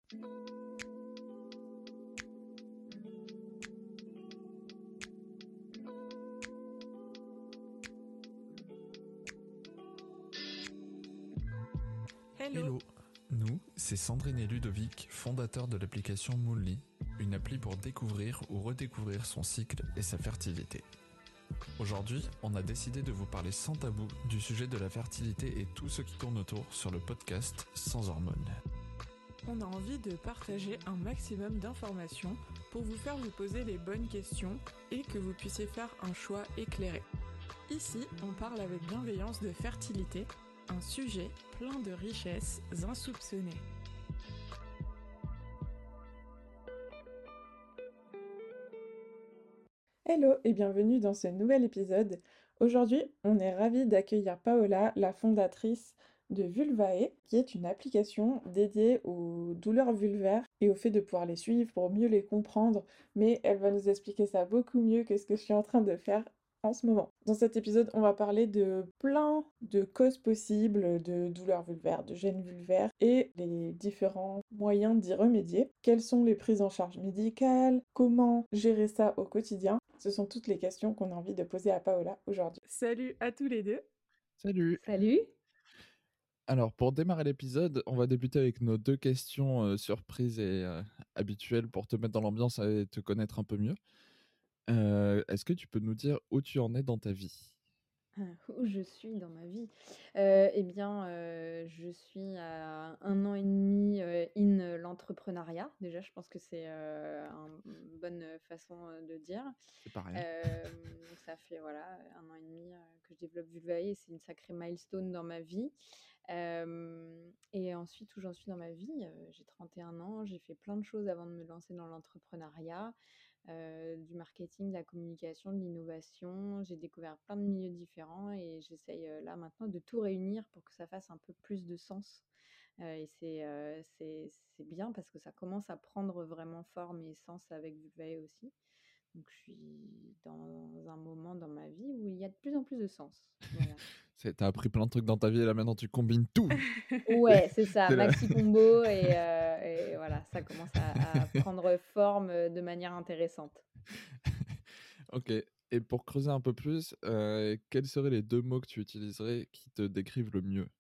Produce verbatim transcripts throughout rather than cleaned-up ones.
Hello. Hello, nous, c'est Sandrine et Ludovic, fondateurs de l'application Moonly, une appli pour découvrir ou redécouvrir son cycle et sa fertilité. Aujourd'hui, on a décidé de vous parler sans tabou du sujet de la fertilité et tout ce qui tourne autour sur le podcast Sans hormones. On a envie de partager un maximum d'informations pour vous faire vous poser les bonnes questions et que vous puissiez faire un choix éclairé. Ici, on parle avec bienveillance de fertilité, un sujet plein de richesses insoupçonnées. Hello et bienvenue dans ce nouvel épisode. Aujourd'hui, on est ravis d'accueillir Paola, la fondatrice de Vulvae, qui est une application dédiée aux douleurs vulvaires et au fait de pouvoir les suivre pour mieux les comprendre, mais elle va nous expliquer ça beaucoup mieux que ce que je suis en train de faire en ce moment. Dans cet épisode, on va parler de plein de causes possibles de douleurs vulvaires, de gènes vulvaires et les différents moyens d'y remédier. Quelles sont les prises en charge médicales? Comment gérer ça au quotidien? Ce sont toutes les questions qu'on a envie de poser à Paola aujourd'hui. Salut à tous les deux. Salut. Salut. Alors, pour démarrer l'épisode, on va débuter avec nos deux questions euh, surprises et euh, habituelles pour te mettre dans l'ambiance et te connaître un peu mieux. Euh, est-ce que tu peux nous dire où tu en es dans ta vie? Où je suis dans ma vie? Euh, eh bien, euh, je suis à un an et demi euh, in l'entrepreneuriat. Déjà, je pense que c'est euh, un- une bonne façon euh, de dire. C'est pareil. Euh, donc ça fait voilà un an et demi euh, que je développe Vulvae et c'est une sacrée milestone dans ma vie. Euh, et ensuite, où j'en suis dans ma vie, euh, j'ai trente et un ans, j'ai fait plein de choses avant de me lancer dans l'entrepreneuriat. Euh, du marketing, de la communication, de l'innovation. J'ai découvert plein de milieux différents et j'essaye euh, là maintenant de tout réunir pour que ça fasse un peu plus de sens. Euh, et c'est, euh, c'est, c'est bien parce que ça commence à prendre vraiment forme et sens avec Vulvae aussi. Donc je suis dans un moment dans ma vie où il y a de plus en plus de sens. Voilà. C'est- T'as appris plein de trucs dans ta vie et là maintenant tu combines tout. Ouais, c'est ça, C'est la- maxi combo et, euh, et voilà, ça commence à, à prendre forme euh, de manière intéressante. Ok. Et pour creuser un peu plus, euh, quels seraient les deux mots que tu utiliserais qui te décrivent le mieux?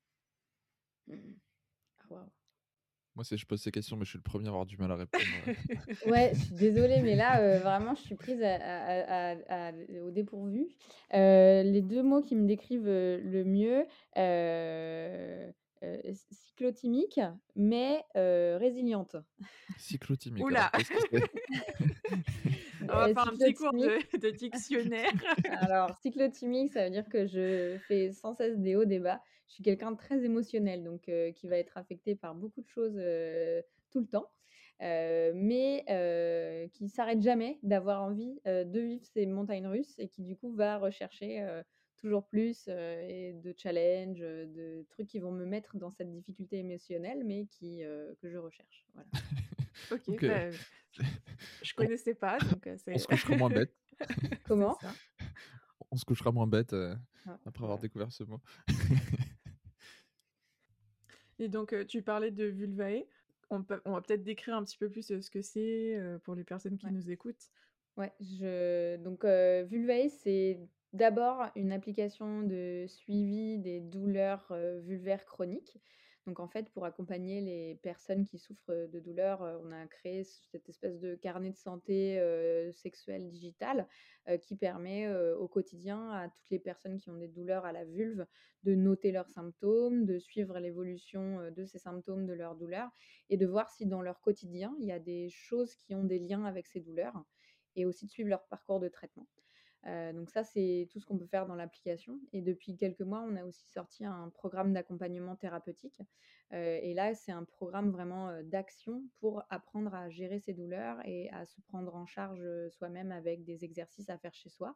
Mm. Ah, waouh. Moi, si je pose ces questions, mais je suis le premier à avoir du mal à répondre. Ouais, je suis désolée, mais là, euh, vraiment, je suis prise à- à- à- à- au dépourvu. Euh, les deux mots qui me décrivent euh, le mieux, euh, euh, cyclotimique, mais euh, résiliente. Cyclotimique, Oula. alors qu'est-ce que c'est? On va Euh, faire un petit cours cyclotimique, de, de dictionnaire. alors, cyclotimique, ça veut dire que je fais sans cesse des hauts, des bas. Je suis quelqu'un de très émotionnel, donc euh, qui va être affecté par beaucoup de choses euh, tout le temps, euh, mais euh, qui s'arrête jamais d'avoir envie euh, de vivre ces montagnes russes et qui du coup va rechercher euh, toujours plus euh, et de challenges, euh, de trucs qui vont me mettre dans cette difficulté émotionnelle, mais qui euh, que je recherche. Voilà. Ok, Ok. bah, je connaissais pas, donc euh, c'est... On se couchera moins bête. Comment? c'est ça. On se couchera moins bête euh, Ah, après avoir voilà. découvert ce mot. Et donc, euh, tu parlais de Vulvae. On, peut- on va peut-être décrire un petit peu plus euh, ce que c'est euh, pour les personnes qui Ouais. nous écoutent. Ouais, je... donc euh, Vulvae, c'est d'abord une application de suivi des douleurs euh, vulvaires chroniques. Donc en fait, pour accompagner les personnes qui souffrent de douleurs, euh, on a créé cette espèce de carnet de santé euh, sexuelle digitale euh, qui permet euh, au quotidien à toutes les personnes qui ont des douleurs à la vulve de noter leurs symptômes, de suivre l'évolution euh, de ces symptômes, de leurs douleurs et de voir si dans leur quotidien, il y a des choses qui ont des liens avec ces douleurs et aussi de suivre leur parcours de traitement. Euh, donc ça, c'est tout ce qu'on peut faire dans l'application. Et depuis quelques mois, on a aussi sorti un programme d'accompagnement thérapeutique. Euh, et là, c'est un programme vraiment euh, d'action pour apprendre à gérer ses douleurs et à se prendre en charge euh, soi-même avec des exercices à faire chez soi.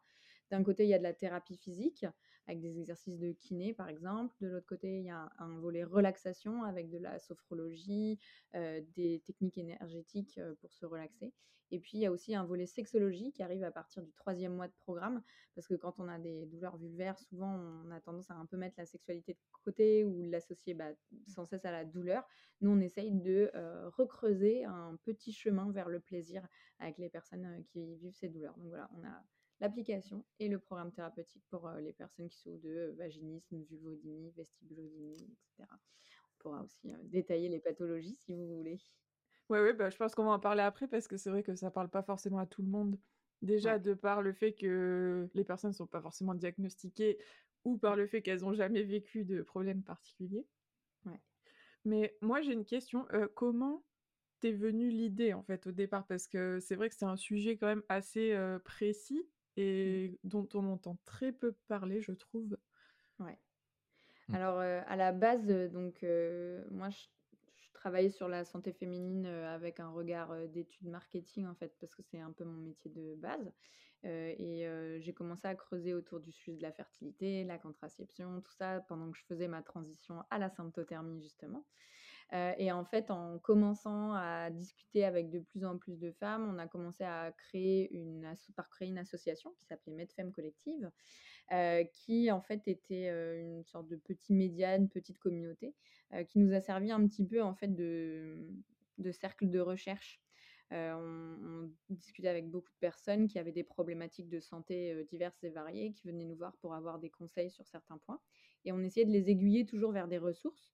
D'un côté, il y a de la thérapie physique, avec des exercices de kiné, par exemple. De l'autre côté, il y a un, un volet relaxation avec de la sophrologie, euh, des techniques énergétiques euh, pour se relaxer. Et puis, il y a aussi un volet sexologie qui arrive à partir du troisième mois de programme, parce que quand on a des douleurs vulvaires, souvent, on a tendance à un peu mettre la sexualité de côté ou l'associer bah, sans cesse à la douleur. Nous, on essaye de euh, recreuser un petit chemin vers le plaisir avec les personnes euh, qui vivent ces douleurs. Donc voilà, on a l'application et le programme thérapeutique pour euh, les personnes qui souffrent de euh, vaginisme, vulvodynie, vestibulodynie, et cetera. On pourra aussi euh, détailler les pathologies si vous voulez. Ouais, ouais, bah, je pense qu'on va en parler après parce que c'est vrai que ça parle pas forcément à tout le monde. Déjà, Ouais. de par le fait que les personnes sont pas forcément diagnostiquées ou par le fait qu'elles ont jamais vécu de problème particulier. Ouais. Mais moi, j'ai une question. euh, comment t'es venue l'idée, en fait, au départ? Parce que c'est vrai que c'est un sujet quand même assez euh, précis Mm. et dont on entend très peu parler, je trouve. Ouais. Mm. Alors, euh, à la base, euh, donc, euh, moi, je, je travaillais sur la santé féminine euh, avec un regard euh, d'études marketing, en fait, parce que c'est un peu mon métier de base. Euh, et euh, j'ai commencé à creuser autour du sujet de la fertilité, la contraception, tout ça, pendant que je faisais ma transition à la symptothermie, justement. Euh, et en fait, en commençant à discuter avec de plus en plus de femmes, on a commencé à créer une, asso- par créer une association qui s'appelait MedFem Collective, euh, qui en fait était euh, une sorte de petit média, une petite communauté, euh, qui nous a servi un petit peu en fait de, de cercle de recherche. Euh, on, on discutait avec beaucoup de personnes qui avaient des problématiques de santé euh, diverses et variées, qui venaient nous voir pour avoir des conseils sur certains points. Et on essayait de les aiguiller toujours vers des ressources.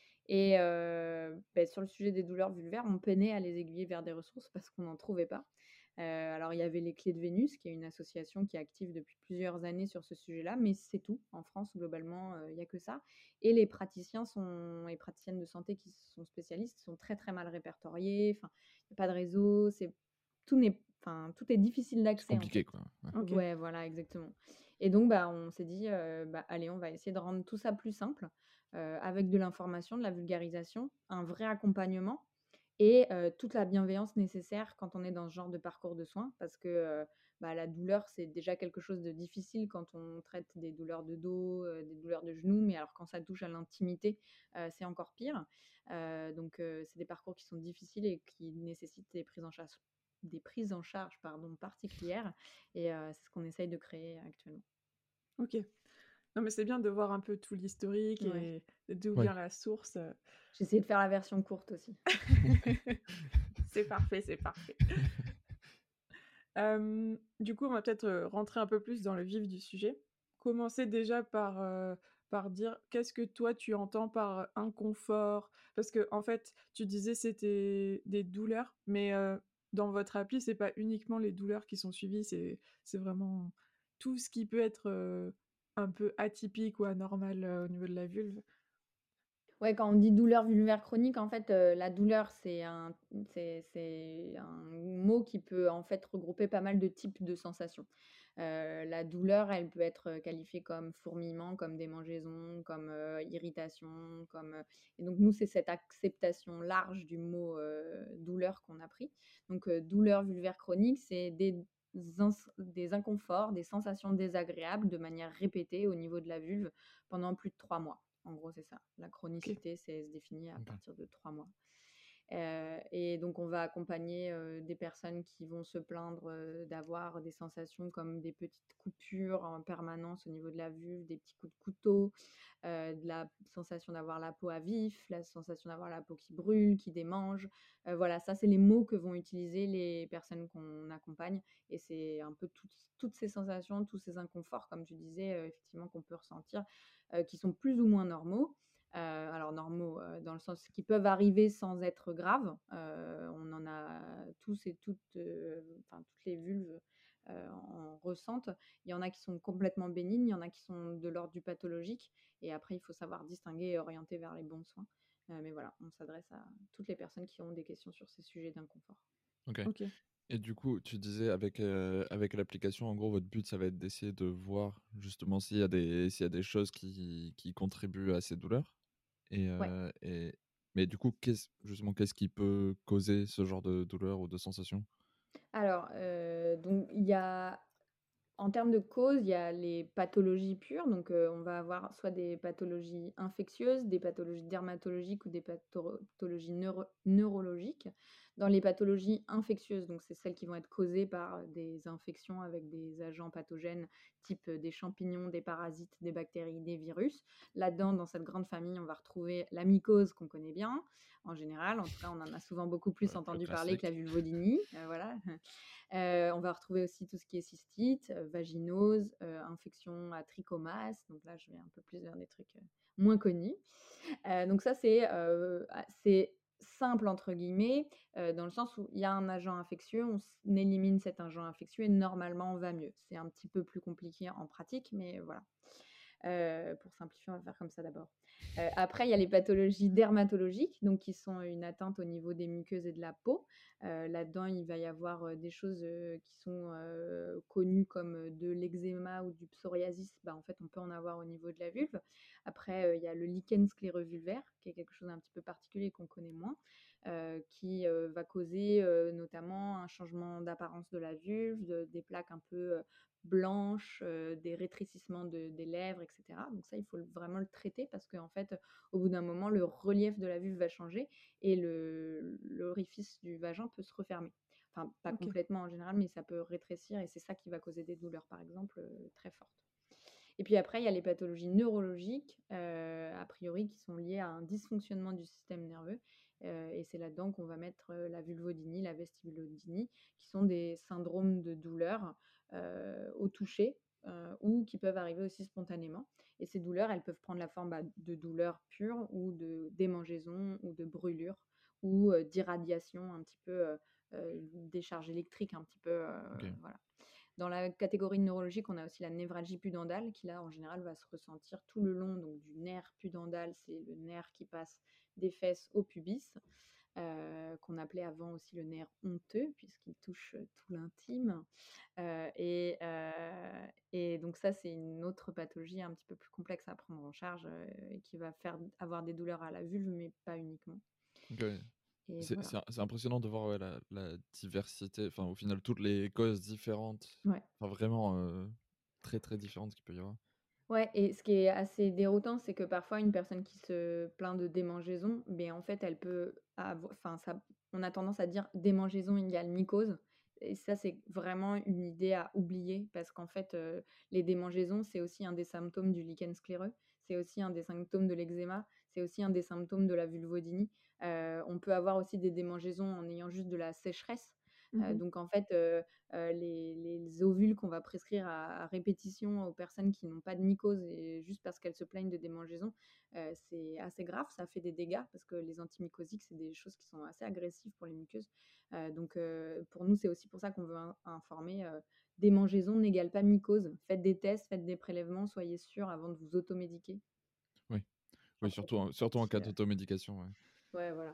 Et euh, ben, sur le sujet des douleurs vulvaires, on peinait à les aiguiller vers des ressources parce qu'on n'en trouvait pas. Euh, alors, il y avait les Clés de Vénus, qui est une association qui est active depuis plusieurs années sur ce sujet-là, mais c'est tout. En France, globalement, il euh, n'y a que ça. Et les praticiens sont, et praticiennes de santé qui sont spécialistes sont très, très mal répertoriés. Enfin, il n'y a pas de réseau. C'est, tout, n'est, enfin, tout est difficile C'est d'accès, en compliqué, fait. quoi. Ouais. Ok. Ouais, voilà, exactement. Et donc, bah, on s'est dit, euh, bah, allez, on va essayer de rendre tout ça plus simple, euh, avec de l'information, de la vulgarisation, un vrai accompagnement et euh, toute la bienveillance nécessaire quand on est dans ce genre de parcours de soins, parce que euh, bah, la douleur, c'est déjà quelque chose de difficile quand on traite des douleurs de dos, euh, des douleurs de genoux, mais alors quand ça touche à l'intimité, euh, c'est encore pire. Euh, donc, euh, c'est des parcours qui sont difficiles et qui nécessitent des prises en charge, des prises en charge pardon, particulières. Et euh, c'est ce qu'on essaye de créer actuellement. Ok. Non, mais c'est bien de voir un peu tout l'historique Ouais. et d'où Ouais. vient la source. J'ai essayé de faire la version courte aussi. C'est parfait, c'est parfait. Euh, du coup, on va peut-être euh, rentrer un peu plus dans le vif du sujet. Commencer déjà par, euh, par dire qu'est-ce que toi tu entends par euh, inconfort? Parce que en fait, tu disais c'était des douleurs, mais euh, dans votre appli, c'est pas uniquement les douleurs qui sont suivies, c'est c'est vraiment tout ce qui peut être euh, un peu atypique ou anormal euh, au niveau de la vulve. Ouais, quand on dit douleur vulvaire chronique, en fait, euh, la douleur, c'est un, c'est, c'est un mot qui peut en fait regrouper pas mal de types de sensations. Euh, la douleur, elle peut être qualifiée comme fourmillement, comme démangeaison, comme euh, irritation, comme euh, et donc nous, c'est cette acceptation large du mot euh, douleur qu'on a pris. Donc euh, douleur vulvaire chronique, c'est des ins- des inconforts, des sensations désagréables de manière répétée au niveau de la vulve pendant plus de trois mois. En gros, c'est ça. La Ok. chronicité, c'est se définit à Ok. partir de trois mois. Euh, et donc, on va accompagner euh, des personnes qui vont se plaindre euh, d'avoir des sensations comme des petites coupures en permanence au niveau de la vulve, des petits coups de couteau, euh, de la sensation d'avoir la peau à vif, la sensation d'avoir la peau qui brûle, qui démange. Euh, voilà, ça, c'est les mots que vont utiliser les personnes qu'on accompagne. Et c'est un peu toutes, toutes ces sensations, tous ces inconforts, comme tu disais, euh, effectivement, qu'on peut ressentir, euh, qui sont plus ou moins normaux. Euh, alors normaux euh, dans le sens qui peuvent arriver sans être graves. Euh, on en a tous et toutes, euh, enfin toutes les vulves euh, en ressentent. Il y en a qui sont complètement bénignes, il y en a qui sont de l'ordre du pathologique. Et après, il faut savoir distinguer et orienter vers les bons soins. Euh, mais voilà, on s'adresse à toutes les personnes qui ont des questions sur ces sujets d'inconfort. Ok. Ok. Et du coup, tu disais avec, euh, avec l'application, en gros, votre but, ça va être d'essayer de voir justement s'il y a des, s'il y a des choses qui, qui contribuent à ces douleurs. Et, Ouais. euh, et... Mais du coup, qu'est-ce, justement, qu'est-ce qui peut causer ce genre de douleur ou de sensation? Alors, euh, donc il y a En termes de causes, il y a les pathologies pures, donc heu, on va avoir soit des pathologies infectieuses, des pathologies dermatologiques ou des pathoro pathologies neuro neurologiques. Dans les pathologies infectieuses, donc c'est celles qui vont être causées par des infections avec des agents pathogènes type, heu, des champignons, des parasites, des bactéries, des virus. Là-dedans, dans cette grande famille, on va retrouver la mycose qu'on connaît bien, en général. En tout cas, on en a souvent beaucoup plus Ouais, le entendu parler que la classique. vulvodynie, heu, voilà. Heu, on va retrouver aussi tout ce qui est cystite, heu, vaginose, heu, infection à trichomasse, donc là, je vais un peu plus vers des trucs, heu, moins connus. Heu, donc ça, c'est, heu, ah, c'est «simple» entre guillemets, heu, dans le sens où il y a un agent infectieux, on s on élimine cet agent infectieux et normalement on va mieux. C'est un petit peu plus compliqué en pratique, mais voilà. Heu, pour simplifier, on va faire comme ça d'abord. Heu, après, il y a les pathologies dermatologiques, donc qui sont une atteinte au niveau des muqueuses et de la peau. Heu, là-dedans, il va y avoir, heu, des choses, heu, qui sont, heu, connues comme, heu, de l'eczéma ou du psoriasis. Bah, en fait, on peut en avoir au niveau de la vulve. Après, heu, il y a le lichen scléreux vulvaire, qui est quelque chose d'un petit peu particulier qu'on connaît moins, heu, qui, heu, va causer, heu, notamment un changement d'apparence de la vulve, de des plaques un peu, heu, blanches, heu, des rétrécissements de des lèvres et cetera. Donc ça, il faut le vraiment le traiter parce qu'en fait, au bout d'un moment, le relief de la vulve va changer et le l'orifice du vagin peut se refermer. Enfin, pas OK. complètement en général, mais ça peut rétrécir et c'est ça qui va causer des douleurs, par exemple, heu, très fortes. Et puis après, il y a les pathologies neurologiques, heu, a priori qui sont liées à un dysfonctionnement du système nerveux, heu et c'est là-dedans qu'on va mettre, heu, la vulvodynie, la vestibulodynie, qui sont des syndromes de douleur, heu, au toucher, heu, ou qui peuvent arriver aussi spontanément. Et ces douleurs, elles peuvent prendre la forme, bah, de douleurs pures ou de démangeaisons ou de brûlures ou, heu, d'irradiation un petit peu, heu heu, décharge électrique un petit peu, heu, OK. voilà. Dans la catégorie neurologique, on a aussi la névralgie pudendale qui, là, en général, va se ressentir tout le long donc du nerf pudendal, c'est le nerf qui passe des fesses au pubis, heu, qu'on appelait avant aussi le nerf honteux puisqu'il touche, heu, tout l'intime, heu et heu et donc ça, c'est une autre pathologie un petit peu plus complexe à prendre en charge, heu et qui va faire avoir des douleurs à la vulve, mais pas uniquement. OK, ouais. Et C'est voilà. c'est c'est impressionnant de voir, ouais, la la diversité, enfin, au final, toutes les causes différentes, Ouais. enfin, vraiment, heu, très, très différentes qu'il peut y avoir. Ouais, et ce qui est assez déroutant, c'est que parfois une personne qui se plaint de démangeaison, beh, en fait, elle peut avo enfin ça on a tendance à dire démangeaison égale mycose et ça, c'est vraiment une idée à oublier parce qu'en fait, heu, les démangeaisons, c'est aussi un des symptômes du lichen scléreux, c'est aussi un des symptômes de l'eczéma, c'est aussi un des symptômes de la vulvodynie. Heu, on peut avoir aussi des démangeaisons en ayant juste de la sécheresse, heu, Mmh. donc en fait, heu heu, les les ovules qu'on va prescrire à à répétition aux personnes qui n'ont pas de mycose et juste parce qu'elles se plaignent de démangeaisons, heu, c'est assez grave, ça fait des dégâts parce que les antimycosiques, c'est des choses qui sont assez agressives pour les muqueuses. Heu, donc heu, pour nous, c'est aussi pour ça qu'on veut in informer, heu, démangeaison n'égale pas mycose. Faites des tests, faites des prélèvements, soyez sûrs avant de vous automédiquer. Oui, oui, Enfin, surtout en surtout en petit, cas heu d'automédication, ouais. ouais, voilà,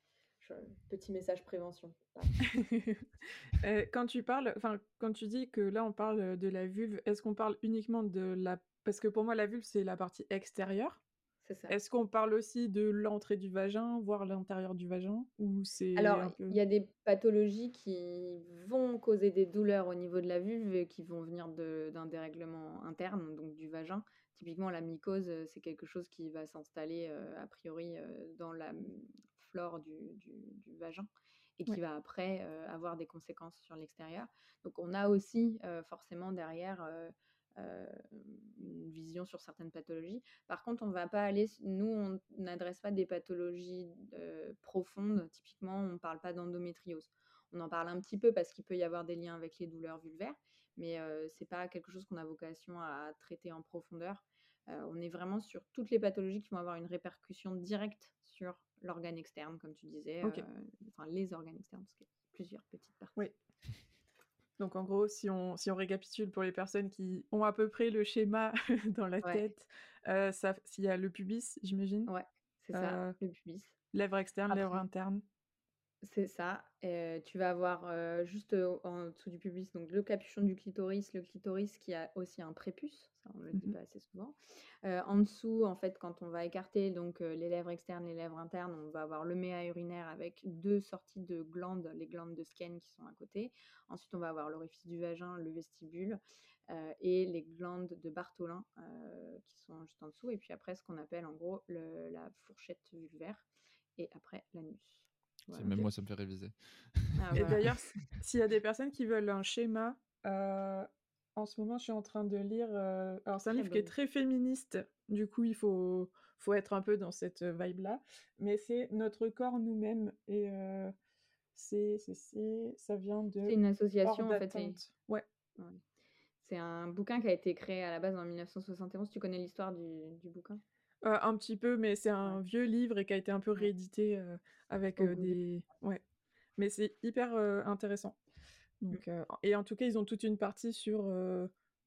je petit message prévention, pardon. Heu, quand tu parles enfin, quand tu dis que là, on parle, de la vulve, est-ce qu'on parle uniquement de la parce que pour moi, la vulve, c'est la partie extérieure. C'est ça. Est-ce qu'on parle aussi de l'entrée du vagin, voire l'intérieur du vagin? Ou c'est Alors, un il peu y a des pathologies qui vont causer des douleurs au niveau de la vulve et qui vont venir de d'un dérèglement interne, donc du vagin. Typiquement, la mycose, heu, c'est quelque chose qui va s'installer, heu, a priori, heu, dans la, mmh, flore du du du vagin et qui ouais, va après, heu, avoir des conséquences sur l'extérieur. Donc on a aussi, heu, forcément derrière, heu heu, une vision sur certaines pathologies. Par contre, on va pas aller s nous, on n'adresse pas des pathologies, heu, profondes. Typiquement, on ne parle pas d'endométriose. On en parle un petit peu parce qu'il peut y avoir des liens avec les douleurs vulvaires, mais heu, c'est pas quelque chose qu'on a vocation à traiter en profondeur. Heu, on est vraiment sur toutes les pathologies qui vont avoir une répercussion directe sur l'organe externe, comme tu disais, heu, OK, enfin les organes externes, parce qu'il y a plusieurs petites parties. oui. Donc en gros, si on si on récapitule pour les personnes qui ont à peu près le schéma dans la Ouais, tête, heu, ça s'il y a le pubis, j'imagine, ouais, c'est ça, heu, le pubis. lèvres externes, lèvres Après internes. C'est ça, heu, tu vas avoir, heu, juste, heu, en dessous du pubis, donc le capuchon du clitoris, le clitoris qui a aussi un prépuce, ça on le dit Mmh. pas assez souvent. Heu, en dessous, en fait, quand on va écarter donc heu, les lèvres externes, les lèvres internes, on va avoir le méa urinaire avec deux sorties de glandes, les glandes de Skene qui sont à côté. Ensuite, on va avoir l'orifice du vagin, le vestibule, heu et les glandes de Bartholin, heu, qui sont juste en dessous et puis après ce qu'on appelle en gros le la fourchette vulvaire et après l'anus. C'est Voilà. même OK. moi, ça me fait réviser. Ah Et voilà. d'ailleurs, s s'il y a des personnes qui veulent un schéma, heu, en ce moment, je suis en train de lire, heu, alors c'est un Très livre qui est bonne. très féministe, du coup, il faut faut être un peu dans cette, heu, vibe-là, mais c'est «Notre corps nous-mêmes» et heu, c'est c'est c'est ça vient C'est de une Hors association en fait et d'atteinte. Ouais, ouais. C'est un bouquin qui a été créé à la base en mille neuf cent soixante et onze. Tu connais l'histoire du du bouquin? heu, un petit peu, mais c'est Ouais, un vieux livre et qui a été un peu ouais. réédité, heu, avec, Au heu, goût du des ouais, mais c'est hyper, heu, intéressant. mmh, Donc heu, et en tout cas, ils ont toute une partie sur, heu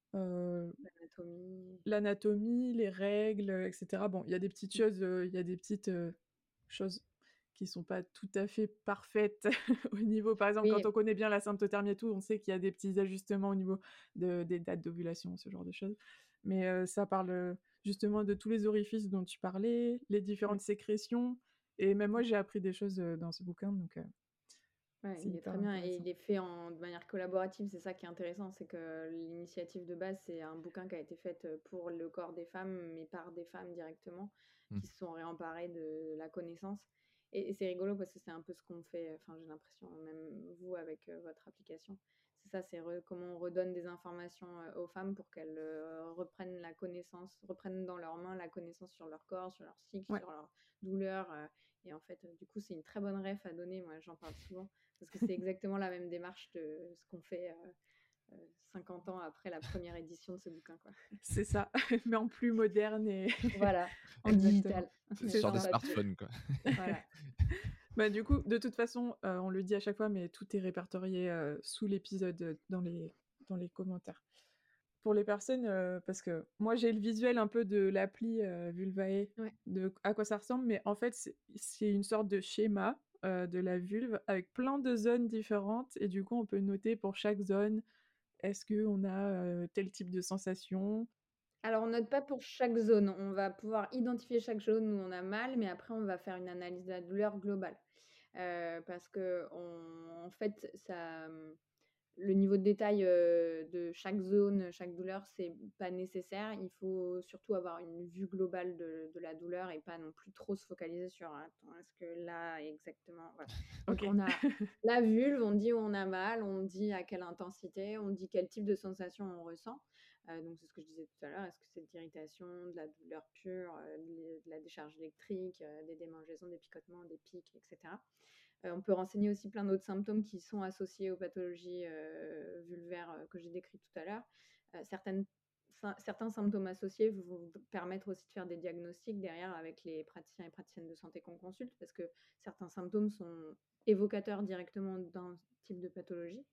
heu l'anatomie. l'anatomie, les règles, heu, et cetera. Bon, il y a des petites Mmh, choses, heu, il y a des petites, heu, choses qui sont pas tout à fait parfaites au niveau par exemple, quand oui, on connaît bien la symptothermie et tout, on sait qu'il y a des petits ajustements au niveau de des dates d'ovulation, ce genre de choses. Mais heu, ça parle, heu, justement de tous les orifices dont tu parlais, les mmh, différentes sécrétions et même moi, mmh. j'ai appris des choses, heu, dans ce bouquin, donc heu, Ouais, c'est il est hyper très bien et intéressant. il est fait en de manière collaborative, c'est ça qui est intéressant, c'est que l'initiative de base, c'est un bouquin qui a été fait, heu, pour le corps des femmes, mais par des femmes directement, Mmh. qui se sont réemparées de la connaissance et et c'est rigolo parce que c'est un peu ce qu'on fait, enfin j'ai l'impression, même vous avec, heu, votre application. C'est ça, c'est re comment on redonne des informations, heu, aux femmes pour qu'elles, heu, reprennent la connaissance, reprennent dans leurs mains la connaissance sur leur corps, sur leur cycle, Ouais, sur leur douleur, heu et en fait, heu, du coup, c'est une très bonne ref à donner. Moi, j'en parle souvent parce que c'est exactement la même démarche de ce qu'on fait, heu heu, cinquante ans après la première édition de ce bouquin, quoi. c'est ça, mais en plus moderne et Voilà, en exactement, digital, mais c'est Sur sans des ça. papier. smartphones, quoi. Voilà. Bah, du coup, de toute façon, heu, on le dit à chaque fois, mais tout est répertorié, heu, sous l'épisode, heu, dans les dans les commentaires. Pour les personnes, heu, parce que moi j'ai le visuel un peu de l'appli, heu, Vulvae, Ouais. de à quoi ça ressemble, mais en fait c'est c'est une sorte de schéma, heu, de la vulve avec plein de zones différentes et du coup on peut noter pour chaque zone, est-ce qu'on a, heu, tel type de sensation? Alors, on note pas pour chaque zone. On va pouvoir identifier chaque zone où on a mal, mais après, on va faire une analyse de la douleur globale. Heu, parce qu'on en fait, ça, mmh le niveau de détail, heu, de chaque zone, chaque douleur, c'est pas nécessaire. Il faut surtout avoir une vue globale de de la douleur et pas non plus trop se focaliser sur: «Attends, est-ce que là exactement?» voilà. Donc OK. on a la vulve, on dit où on a mal, on dit à quelle intensité, on dit quel type de sensation on ressent. Heu, donc c'est ce que je disais tout à l'heure, est-ce que c'est de l'irritation, de la douleur pure, heu, de de la décharge électrique, heu, des démangeaisons, des picotements, des pics et cetera. Heu, on peut renseigner aussi plein d'autres symptômes qui sont associés aux pathologies, heu, vulvaires, heu, que j'ai décrites tout à l'heure. Heu, certaines sym certains symptômes associés vont permettre aussi de faire des diagnostics derrière avec les praticiens et praticiennes de santé qu'on consulte, parce que certains symptômes sont évocateurs directement d'un type de pathologie.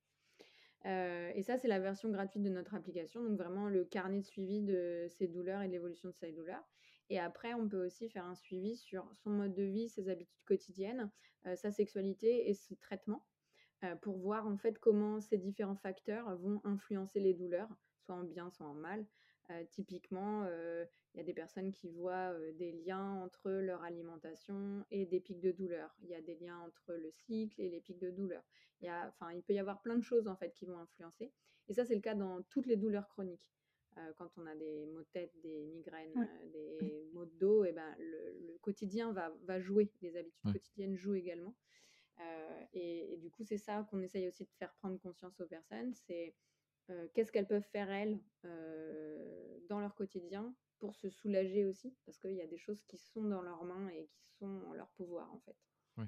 Heu et ça, c'est la version gratuite de notre application, donc vraiment le carnet de suivi de ses douleurs et de l'évolution de ses douleurs et après on peut aussi faire un suivi sur son mode de vie, ses habitudes quotidiennes, heu, sa sexualité et ses traitements, heu, pour voir en fait comment ces différents facteurs vont influencer les douleurs, soit en bien, soit en mal. Heu, typiquement, heu, il y a des personnes qui voient, heu, des liens entre leur alimentation et des pics de douleur. Il y a des liens entre le cycle et les pics de douleur. Il y a enfin, il peut y avoir plein de choses en fait qui vont influencer et ça, c'est le cas dans toutes les douleurs chroniques. Heu, quand on a des maux de tête, des migraines, Ouais. heu, des maux de dos et ben, le le quotidien va va jouer, les habitudes Ouais. quotidiennes jouent également. Heu et et du coup, c'est ça qu'on essaye aussi de faire prendre conscience aux personnes, c'est, heu, qu'est-ce qu'elles peuvent faire elles, heu, dans leur quotidien pour se soulager aussi? Parce qu'il y a des choses qui sont dans leurs mains et qui sont en leur pouvoir, en fait. Ouais.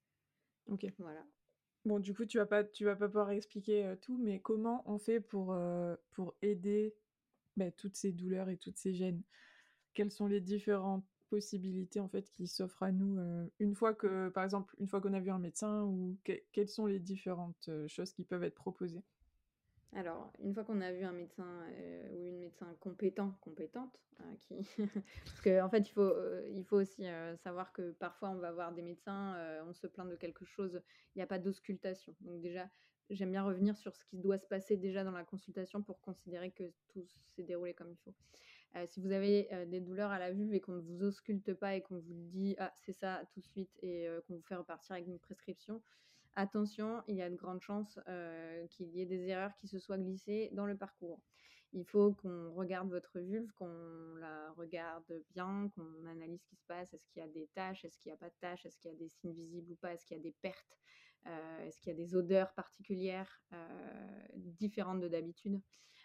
OK. Voilà. Bon, du coup, tu vas pas tu vas pas pouvoir expliquer, heu, tout, mais comment on fait pour, heu, pour aider, bah, toutes ces douleurs et toutes ces gênes? Quelles sont les différentes possibilités, en fait, qui s'offrent à nous, heu, une fois que par exemple, une fois qu'on a vu un médecin ou que quelles sont les différentes, heu, choses qui peuvent être proposées? Alors, une fois qu'on a vu un médecin euh, ou une médecin compétent, compétente, euh, qui... parce qu'en en fait, il faut, euh, il faut aussi euh, savoir que parfois, on va voir des médecins, euh, on se plaint de quelque chose, il n'y a pas d'auscultation. Donc déjà, j'aime bien revenir sur ce qui doit se passer déjà dans la consultation pour considérer que tout s'est déroulé comme il faut. Euh, si vous avez euh, des douleurs à la vulve et qu'on ne vous ausculte pas et qu'on vous dit ah c'est ça tout de suite et euh, qu'on vous fait repartir avec une prescription, attention, il y a de grandes chances euh, qu'il y ait des erreurs qui se soient glissées dans le parcours. Il faut qu'on regarde votre vulve, qu'on la regarde bien, qu'on analyse ce qui se passe. Est-ce qu'il y a des taches? Est-ce qu'il n'y a pas de taches? Est-ce qu'il y a des signes visibles ou pas? Est-ce qu'il y a des pertes? Euh, est-ce qu'il y a des odeurs particulières euh, différentes de d'habitude?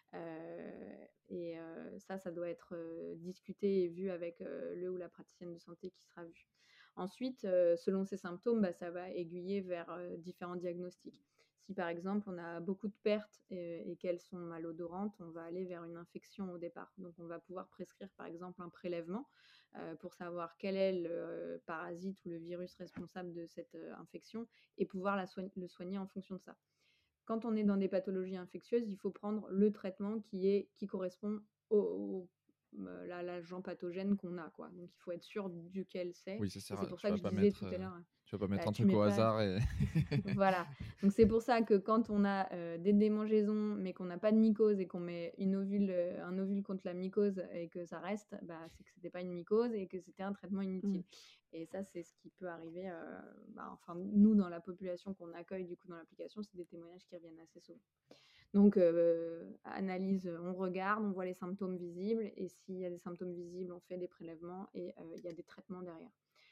Euh, et euh, ça, ça doit être euh, discuté et vu avec euh, le ou la praticienne de santé qui sera vue. Ensuite, euh, selon ces symptômes, bah, ça va aiguiller vers euh, différents diagnostics. Si par exemple on a beaucoup de pertes et, et qu'elles sont malodorantes, on va aller vers une infection au départ. Donc on va pouvoir prescrire par exemple un prélèvement euh, pour savoir quel est le euh, parasite ou le virus responsable de cette euh, infection et pouvoir la soign- le soigner en fonction de ça. Quand on est dans des pathologies infectieuses, il faut prendre le traitement qui, est, qui correspond au, au euh, la- l'agent pathogène qu'on a, quoi. Donc il faut être sûr duquel c'est. Oui, ça Et sert c'est à... pour tu ça que vas je pas disais mettre, tout à euh, l'heure, tu vas pas mettre bah, un tu truc mets au pas. hasard et. Voilà. Donc c'est pour ça que quand on a euh, des démangeaisons, mais qu'on n'a pas de mycose et qu'on met une ovule, euh, un ovule contre la mycose et que ça reste, bah, c'est que c'était pas une mycose et que c'était un traitement Mm. inutile. Et ça, c'est ce qui peut arriver. euh, bah, enfin, nous, dans la population qu'on accueille du coup dans l'application, c'est des témoignages qui reviennent assez souvent. Donc, euh, analyse, on regarde, on voit les symptômes visibles, et s'il y a des symptômes visibles, on fait des prélèvements et euh, il y a des traitements derrière.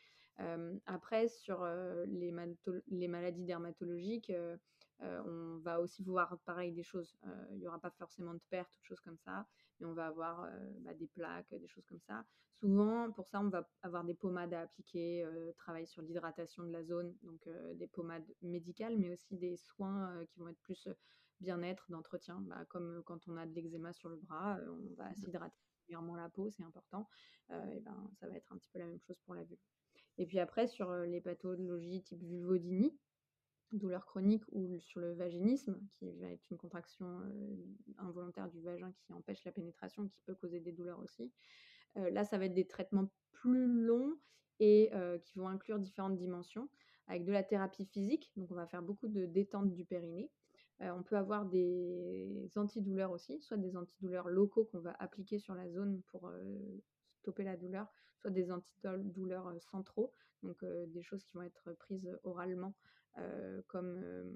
Euh, après, sur euh, les, les, maladies dermatologiques, euh, euh, on va aussi voir pareil des choses. Euh, il n'y aura pas forcément de pertes, de choses comme ça, mais on va avoir euh, bah, des plaques, des choses comme ça. Souvent, pour ça, on va avoir des pommades à appliquer, euh, travailler sur l'hydratation de la zone, donc euh, des pommades médicales, mais aussi des soins euh, qui vont être plus bien-être, d'entretien, bah, comme quand on a de l'eczéma sur le bras, euh, on va s'hydrater régulièrement la peau, c'est important. Euh, et ben, ça va être un petit peu la même chose pour la vulve. Et puis après, sur euh, les pathologies type vulvodynie, douleur chronique, ou sur le vaginisme, qui va être une contraction euh, involontaire du vagin qui empêche la pénétration, qui peut causer des douleurs aussi. Euh, là, ça va être des traitements plus longs et euh, qui vont inclure différentes dimensions, avec de la thérapie physique. Donc, on va faire beaucoup de détente du périnée. Euh, on peut avoir des antidouleurs aussi, soit des antidouleurs locaux qu'on va appliquer sur la zone pour euh, stopper la douleur, soit des antidouleurs euh, centraux, donc euh, des choses qui vont être prises oralement, euh, comme euh,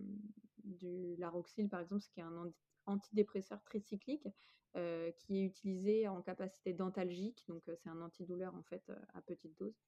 du laroxyl par exemple, ce qui est un antidépresseur tricyclique euh, qui est utilisé en capacité dentalgique, donc euh, c'est un antidouleur en fait euh, à petite dose.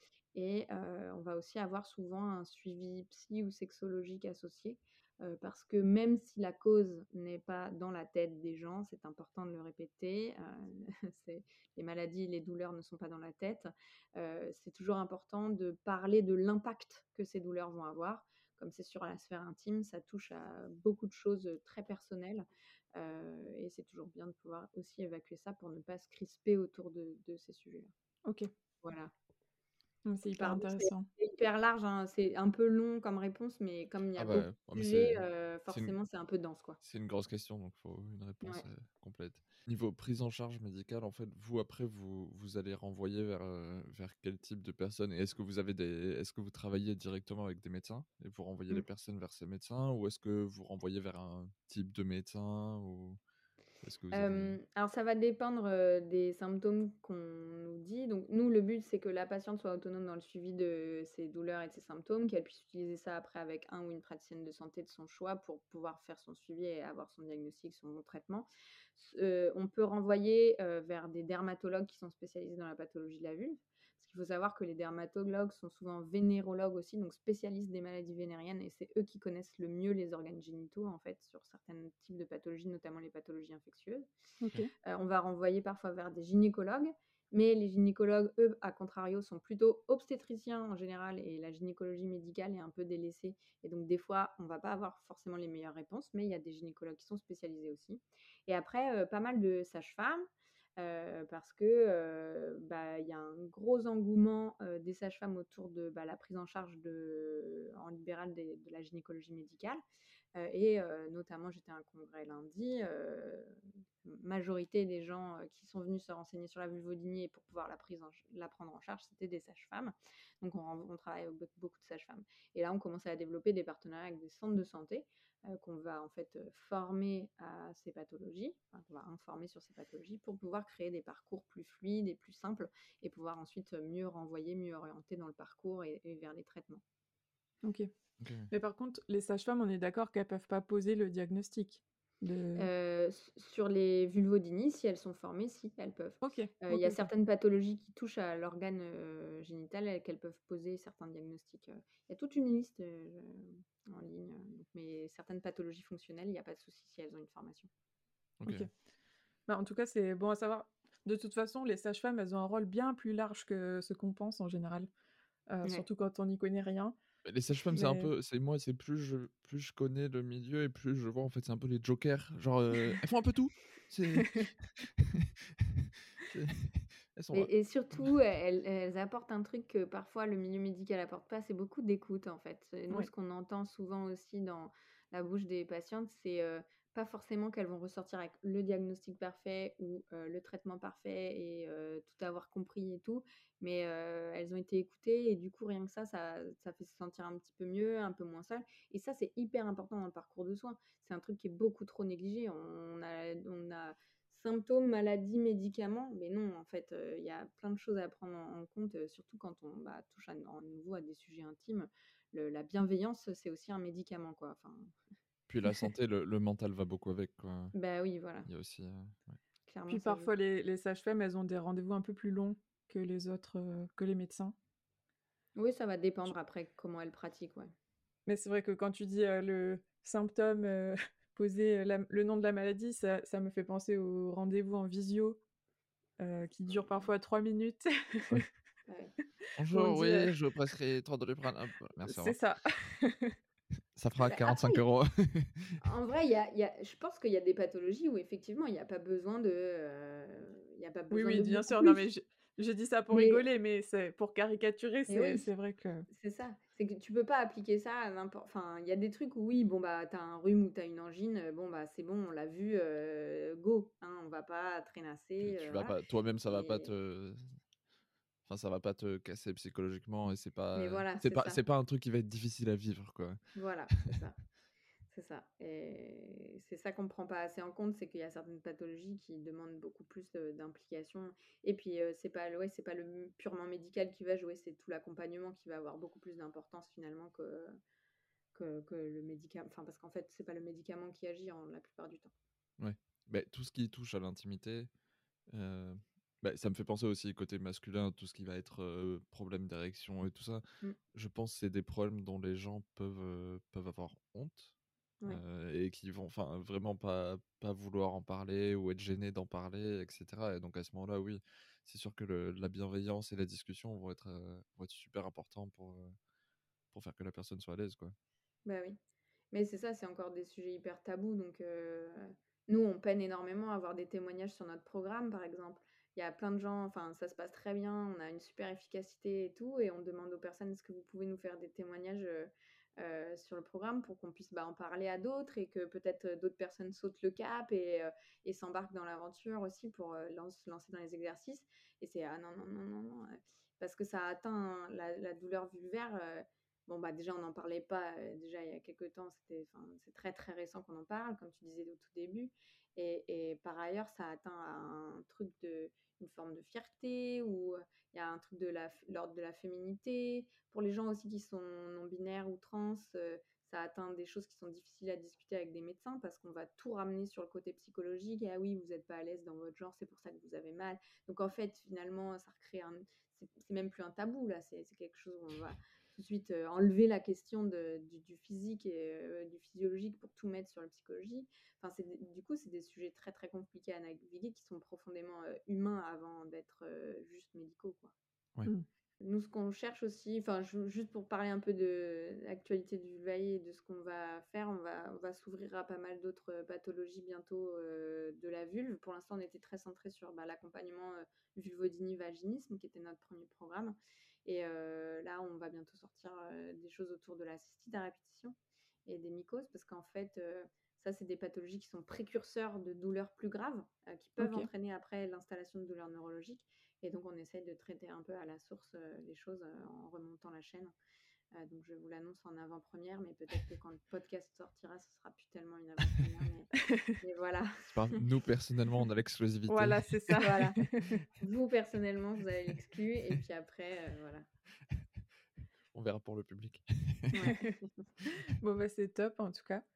Et euh, on va aussi avoir souvent un suivi psy ou sexologique associé, euh, parce que même si la cause n'est pas dans la tête des gens, c'est important de le répéter, euh, c'est, les maladies, les douleurs ne sont pas dans la tête, euh, c'est toujours important de parler de l'impact que ces douleurs vont avoir. Comme c'est sur la sphère intime, ça touche à beaucoup de choses très personnelles, euh, et c'est toujours bien de pouvoir aussi évacuer ça pour ne pas se crisper autour de, de ces sujets-là. Ok. Voilà. Mm, c'est hyper Pardon, c'est intéressant. c'est hyper large, hein, c'est un peu long comme réponse, mais comme il y Ah a beaucoup bah, oh, de mais sujets, c'est heu, c'est une, forcément c'est un peu dense, quoi. c'est une grosse question, donc il faut une réponse Ouais. euh, complète. Niveau prise en charge médicale, en fait, vous après, vous, vous allez renvoyer vers, euh, vers quel type de personnes? Et est-ce que vous avez des, est-ce que vous travaillez directement avec des médecins et vous renvoyez les Mmh. personnes vers ces médecins, ou est-ce que vous renvoyez vers un type de médecin, ou est-ce que vous avez... Hem, alors ça va dépendre, heu, des symptômes qu'on nous dit. Donc nous, le but, c'est que la patiente soit autonome dans le suivi de ses douleurs et de ses symptômes, qu'elle puisse utiliser ça après avec un ou une praticienne de santé de son choix pour pouvoir faire son suivi et avoir son diagnostic, son traitement. S heu, on peut renvoyer, heu, vers des dermatologues qui sont spécialisés dans la pathologie de la vulve. Parce qu'il faut savoir que les dermatologues sont souvent vénérologues aussi, donc spécialistes des maladies vénériennes, et c'est eux qui connaissent le mieux les organes génitaux, en fait, sur certains types de pathologies, notamment les pathologies infectieuses. Ok. Euh, on va renvoyer parfois vers des gynécologues, mais les gynécologues, eux, à contrario, sont plutôt obstétriciens en général, et la gynécologie médicale est un peu délaissée. Et donc, des fois, on ne va pas avoir forcément les meilleures réponses, mais il y a des gynécologues qui sont spécialisés aussi. Et après, euh, pas mal de sages-femmes, euh, parce que euh, bah, y a un gros engouement euh, des sages-femmes autour de bah, la prise en charge de, en libéral de, de la gynécologie médicale. Heu et heu, notamment, j'étais à un congrès lundi, heu, majorité des gens, heu, qui sont venus se renseigner sur la vulvodynie et pour pouvoir la prise en ch la prendre en charge, c'était des sages-femmes. Donc on ren on travaille avec bec beaucoup de sages-femmes et là, on commence à développer des partenariats avec des centres de santé, heu, qu'on va en fait, heu, former à ces pathologies, enfin qu'on va informer sur ces pathologies pour pouvoir créer des parcours plus fluides et plus simples et pouvoir ensuite, heu, mieux renvoyer, mieux orienter dans le parcours et et vers les traitements. OK. OK. Mais par contre, les sages-femmes, on est d'accord qu'elles peuvent pas poser le diagnostic de Heu, s sur les vulvodynies, si elles sont formées, si, elles peuvent. OK, Heu, il y OK, a OK. certaines pathologies qui touchent à l'organe, heu, génital et qu'elles peuvent poser certains diagnostics, heu, il y a toute une liste, heu, en ligne, heu, donc mais certaines pathologies fonctionnelles, il y a pas de souci si elles ont une formation. OK. OK. Bah, en tout cas, c'est bon à savoir. De toute façon, les sages-femmes, elles ont un rôle bien plus large que ce qu'on pense en général, heu, Ouais. surtout quand on n'y connaît rien. Bah, les sages-femmes, c'est un Mais peu c'est moi, c'est plus je plus je connais le milieu et plus je vois, en fait, c'est un peu les jokers. Genre, heu, elles font un peu tout. C'est c'est elles sont là. Et et surtout, elles elles apportent un truc que parfois le milieu médical apporte pas, c'est beaucoup d'écoute, en fait. Et nous, ouais, ce qu'on entend souvent aussi dans la bouche des patientes, c'est, heu, pas forcément qu'elles vont ressortir avec le diagnostic parfait ou, heu, le traitement parfait et heu, tout avoir compris et tout, mais, heu, elles ont été écoutées et du coup, rien que ça, ça ça fait se sentir un petit peu mieux, un peu moins seule et ça, c'est hyper important dans le parcours de soins. C'est un truc qui est beaucoup trop négligé. On a on a symptômes, maladies, médicaments, mais non, en fait, heu, il y a plein de choses à prendre en en compte, heu, surtout quand on, bah, touche à à nouveau à des sujets intimes. Le la bienveillance, c'est aussi un médicament, quoi, enfin, Puis la santé, le le mental va beaucoup avec, quoi. bah, oui, voilà, Il y a aussi, heu, ouais. clairement, puis ça joue. parfois les les sages-femmes, elles ont des rendez-vous un peu plus longs que les autres, heu, que les médecins. Oui, ça va Je dépendre après comment elles pratiquent, ouais. mais c'est vrai que quand tu dis, heu, le symptôme, heu, poser, heu, la le nom de la maladie, ça ça me fait penser aux rendez-vous en visio, heu, qui durent parfois trois minutes, Ouais. Ouais. où on «Bonjour, dit, heu oui, je prescris trois Doliprane, hop, merci, au c'est revoir. ça. Ça fera Bah, quarante-cinq après, euros. en vrai, il y a il y a je pense qu'il y a des pathologies où effectivement il y a pas besoin de, heu, il y a pas Oui, besoin oui, de bien beaucoup sûr, non mais plus. je je dis ça pour Mais rigoler, mais c'est pour caricaturer, mais c'est oui. c'est vrai que C'est ça, c'est que tu peux pas appliquer ça à n'importe enfin, il y a des trucs où oui, bon, bah, tu as un rhume ou tu as une angine, heu, bon, bah, c'est bon, on l'a vu, heu, go, hein, on va pas Puis traînasser, tu heu, vas voilà. pas toi-même, ça va pas Mais te enfin, ça va pas te casser psychologiquement et c'est mais pas voilà, c'est c'est pas ça. c'est pas un truc qui va être difficile à vivre, quoi. Voilà, c'est ça, c'est ça et c'est ça qu'on prend pas assez en compte, c'est qu'il y a certaines pathologies qui demandent beaucoup plus, heu, d'implication et puis, heu, c'est pas le ouais, c'est pas le m purement médical qui va jouer, c'est tout l'accompagnement qui va avoir beaucoup plus d'importance finalement que que que le médicament enfin, parce qu'en fait, c'est pas le médicament qui agit en la plupart du temps. Ouais. Beh, tout ce qui touche à l'intimité, heu, bah, ça me fait penser aussi côté masculin, tout ce qui va être, heu, problème d'érection et tout ça. Mmh, Je pense que c'est des problèmes dont les gens peuvent, heu, peuvent avoir honte, ouais. heu et qui vont enfin, vraiment pas pas vouloir en parler ou être gênés d'en parler et cetera et donc à ce moment-là, oui, c'est sûr que le la bienveillance et la discussion vont être, heu, vont être super importants pour, heu, pour faire que la personne soit à l'aise, quoi. Bah, oui. Mais c'est ça, c'est encore des sujets hyper tabous donc heu, nous, on peine énormément à avoir des témoignages sur notre programme, par exemple. Il y a plein de gens enfin, ça se passe très bien, on a une super efficacité et tout et on demande aux personnes: «Est-ce que vous pouvez nous faire des témoignages, heu heu, sur le programme?» pour qu'on puisse, bah, en parler à d'autres et que peut-être, heu, d'autres personnes sautent le cap et heu et s'embarquent dans l'aventure aussi pour, heu, lan se lancer dans les exercices et c'est: «Ah non, non, non, non, non», heu, parce que ça atteint la la douleur vulvaire, heu bon, bah, déjà, on n'en parlait pas, heu, déjà il y a quelque temps, c'était enfin, c'est très, très récent qu'on en parle, comme tu disais au tout début et et par ailleurs, ça atteint à un truc de une forme de fierté ou, heu, il y a un truc de la f l'ordre de la féminité. Pour les gens aussi qui sont non binaires ou trans, heu, ça atteint des choses qui sont difficiles à discuter avec des médecins parce qu'on va tout ramener sur le côté psychologique et «Ah oui, vous êtes pas à l'aise dans votre genre, c'est pour ça que vous avez mal». Donc en fait, finalement, ça recrée un c'est c'est même plus un tabou là, c'est c'est quelque chose où on va tout de suite, heu, enlever la question de du du physique et heu, du physiologique pour tout mettre sur le psychologique. Enfin, c'est des du coup, c'est des sujets très, très compliqués à naviguer qui sont profondément, heu, humains avant d'être, heu, juste médicaux, quoi. Ouais. Mmh. Nous, ce qu'on cherche aussi, enfin, ju juste pour parler un peu de l'actualité du Vulvaï et de ce qu'on va faire, on va on va s'ouvrir à pas mal d'autres, heu, pathologies bientôt, heu, de la vulve. Pour l'instant, on était très centré sur, bah, l'accompagnement, heu, vulvodynie-vaginisme qui était notre premier programme et heu, là, on va bientôt sortir, heu, des choses autour de la cystite à répétition et des mycoses, parce qu'en fait, euh, ça, c'est des pathologies qui sont précurseurs de douleurs plus graves, euh, qui peuvent Ok. entraîner après l'installation de douleurs neurologiques. Et donc, on essaye de traiter un peu à la source euh, les choses euh, en remontant la chaîne. Euh, donc, je vous l'annonce en avant-première, mais peut-être que quand le podcast sortira, ce sera plus tellement une avant-première. Mais, mais voilà. C'est pas grave. Nous, personnellement, on a l'exclusivité. Voilà, c'est ça. Voilà. Vous, personnellement, vous avez l'exclu. Et puis après, euh, voilà. On verra pour le public. Ouais. Bon, bah, c'est top en tout cas.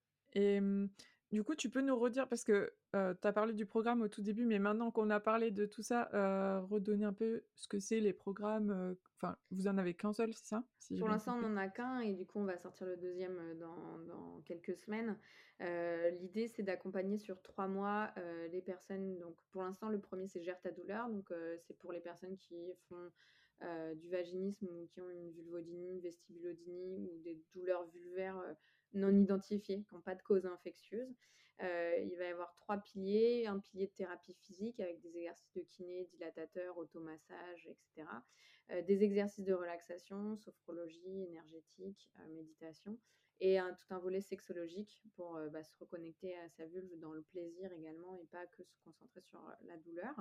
Et hum, du coup, tu peux nous redire, parce que tu as parlé du programme au tout début, mais maintenant qu'on a parlé de tout ça, euh, redonner un peu ce que c'est les programmes. euh, Enfin, vous en avez qu'un seul, c'est ça? Si j'ai Pour bien l'instant, on compris. n'en a qu'un et du coup, on va sortir le deuxième euh, dans, dans quelques semaines. Euh, l'idée, c'est d'accompagner sur trois mois euh, les personnes. Donc, pour l'instant, le premier, c'est Gère ta douleur. Donc, euh, c'est pour les personnes qui font euh, du vaginisme ou qui ont une vulvodynie, vestibulodynie ou des douleurs vulvaires euh, non identifiées, qui n'ont pas de cause infectieuse. Euh, il va y avoir trois piliers. Un pilier de thérapie physique avec des exercices de kiné, dilatateurs, automassage, et cetera. Euh, des exercices de relaxation, sophrologie, énergétique, euh, méditation, et un, tout un volet sexologique pour euh, bah, se reconnecter à sa vulve dans le plaisir également et pas que se concentrer sur euh, la douleur.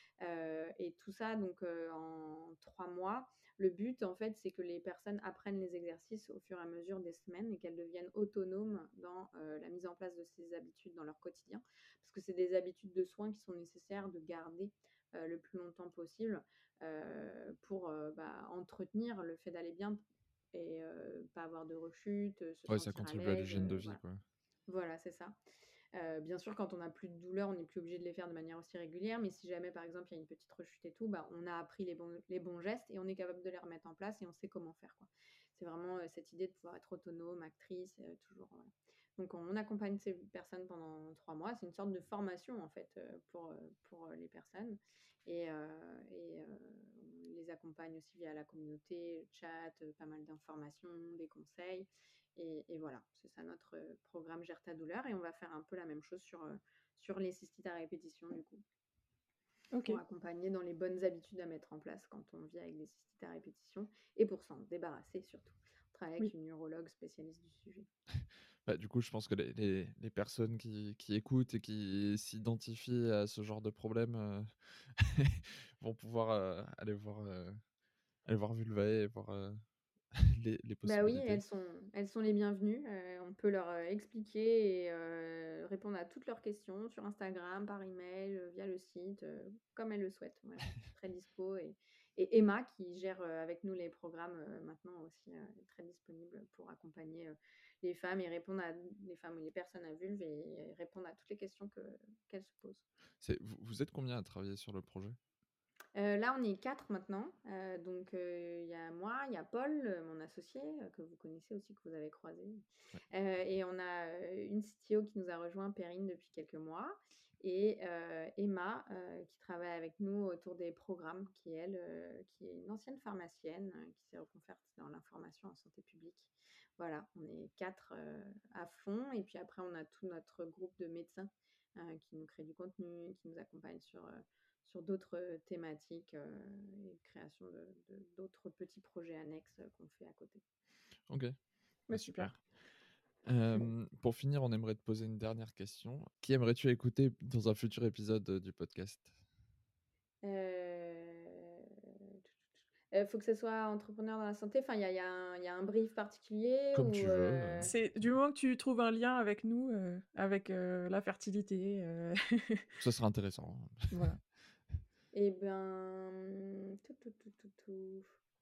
Euh, et tout ça donc euh, en trois mois. Le but en fait, c'est que les personnes apprennent les exercices au fur et à mesure des semaines et qu'elles deviennent autonomes dans euh, la mise en place de ces habitudes dans leur quotidien, parce que c'est des habitudes de soins qui sont nécessaires de garder euh, le plus longtemps possible euh, pour euh, bah, entretenir le fait d'aller bien et euh, pas avoir de rechute, se Ouais, ça sentir à contribue à l'aise. l'hygiène de euh, vie, voilà. quoi. Voilà, c'est ça. Euh, bien sûr, quand on n'a plus de douleur, on n'est plus obligé de les faire de manière aussi régulière, mais si jamais, par exemple, il y a une petite rechute et tout, bah, on a appris les bons, les bons gestes et on est capable de les remettre en place et on sait comment faire, quoi. C'est vraiment euh, cette idée de pouvoir être autonome, actrice, euh, toujours. Voilà. Donc, on accompagne ces personnes pendant trois mois. C'est une sorte de formation, en fait, euh, pour, euh, pour les personnes. Et, euh, et euh, on les accompagne aussi via la communauté, le chat, euh, pas mal d'informations, des conseils. Et, et voilà, c'est ça notre euh, programme Gère ta douleur. Et on va faire un peu la même chose sur, euh, sur les cystites à répétition, du coup, Ok. pour accompagner dans les bonnes habitudes à mettre en place quand on vit avec des cystites à répétition et pour s'en débarrasser surtout. On travaille avec Oui. une urologue spécialiste du sujet. Bah, du coup, je pense que les, les, les personnes qui, qui écoutent et qui s'identifient à ce genre de problème euh, vont pouvoir euh, aller voir euh, aller voir Vulvae et voir euh, les, les Bah oui, possibilités. elles sont, elles sont les bienvenues. Euh, on peut leur euh, expliquer et euh, répondre à toutes leurs questions sur Instagram, par email, euh, via le site, euh, comme elles le souhaitent. Voilà, très dispo. Et, et Emma, qui gère euh, avec nous les programmes euh, maintenant aussi, euh, est très disponible pour accompagner euh, les femmes et répondre à les femmes et les personnes à vulve et, et répondre à toutes les questions que, qu'elles se posent. C'est, vous, vous êtes combien à travailler sur le projet? Euh, là, on est quatre maintenant. Euh, donc, euh, il y a moi, il y a Paul, euh, mon associé, euh, que vous connaissez aussi, que vous avez croisé. Ouais. Euh, et on a euh, une C T O qui nous a rejoint, Perrine, depuis quelques mois. Et euh, Emma, euh, qui travaille avec nous autour des programmes, qui, elle, euh, qui est une ancienne pharmacienne, euh, qui s'est reconvertie dans l'information en santé publique. Voilà, on est quatre euh, à fond. Et puis après, on a tout notre groupe de médecins euh, qui nous créent du contenu, qui nous accompagnent sur... Euh, sur d'autres thématiques euh, et création de, de, d'autres petits projets annexes euh, qu'on fait à côté. Ok, Bah, bah, super. super. Euh, pour finir, on aimerait te poser une dernière question. Qui aimerais-tu écouter dans un futur épisode euh, du podcast? Euh... Euh, faut que ce soit entrepreneur dans la santé. Enfin, il y a, y, a un- y a un brief particulier Comme ou tu veux. euh, euh, C'est du moment que tu trouves un lien avec nous, euh, avec euh, la fertilité. euh, Ça sera intéressant. Voilà. Eh ben, tout, tout, tout, tout, tout.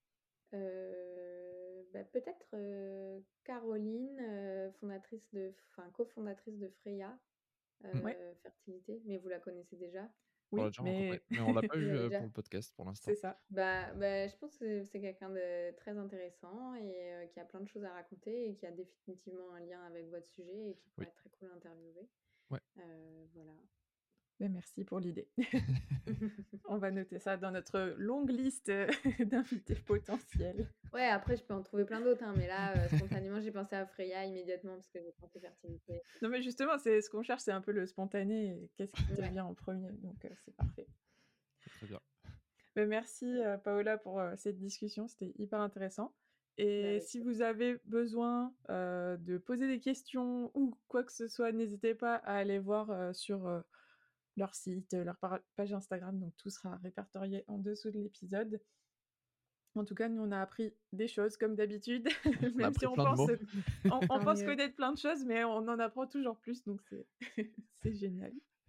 Euh, bah, peut-être euh, Caroline, euh, fondatrice de, enfin, cofondatrice de Freya Ouais, euh, Fertilité, mais vous la connaissez déjà. On l'a oui, déjà rencontré, mais mais on l'a pas Vous eu l'avez euh, déjà. pour le podcast pour c'est l'instant. ça. Bah, bah, je pense que c'est quelqu'un de très intéressant et euh, qui a plein de choses à raconter et qui a définitivement un lien avec votre sujet et qui Oui. pourrait être très cool à interviewer. Ouais. Euh, voilà. Mais merci pour l'idée. On va noter ça dans notre longue liste euh, d'invités potentiels. Ouais, après, je peux en trouver plein d'autres, hein, mais là, euh, spontanément, j'ai pensé à Freya immédiatement parce que j'ai pensé fertilité. Non, mais justement, c'est ce qu'on cherche, c'est un peu le spontané. et Qu'est-ce qui te Ouais. vient en premier? Donc, euh, c'est parfait. Très bien. Mais merci, euh, Paola, pour euh, cette discussion. C'était hyper intéressant. Et oui, si c'est vous avez besoin euh, de poser des questions ou quoi que ce soit, n'hésitez pas à aller voir euh, sur euh, leur site, leur par- page Instagram, donc tout sera répertorié en dessous de l'épisode. En tout cas, nous, on a appris des choses, comme d'habitude, On a même si appris on plein de pense, mots. on, on tant pense mieux. connaître plein de choses, mais on en apprend toujours plus, donc c'est c'est génial.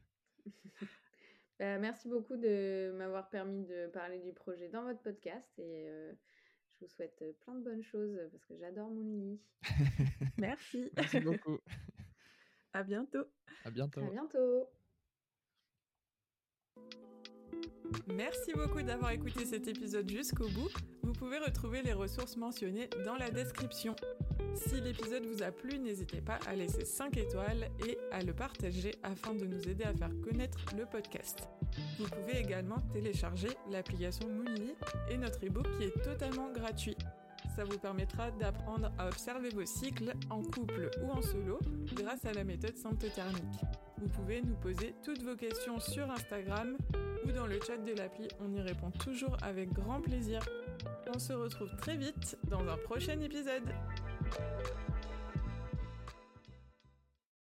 Bah, merci beaucoup de m'avoir permis de parler du projet dans votre podcast et euh, je vous souhaite euh, plein de bonnes choses parce que j'adore mon lit. Merci, Merci beaucoup. à bientôt. À À bientôt. bientôt. Merci beaucoup d'avoir écouté cet épisode jusqu'au bout. Vous pouvez retrouver les ressources mentionnées dans la description. Si l'épisode vous a plu, n'hésitez pas à laisser cinq étoiles et à le partager afin de nous aider à faire connaître le podcast. Vous pouvez également télécharger l'application Moonly et notre e-book qui est totalement gratuit. Ça vous permettra d'apprendre à observer vos cycles en couple ou en solo grâce à la méthode symptothermique. Vous pouvez nous poser toutes vos questions sur Instagram ou dans le chat de l'appli, on y répond toujours avec grand plaisir. On se retrouve très vite dans un prochain épisode.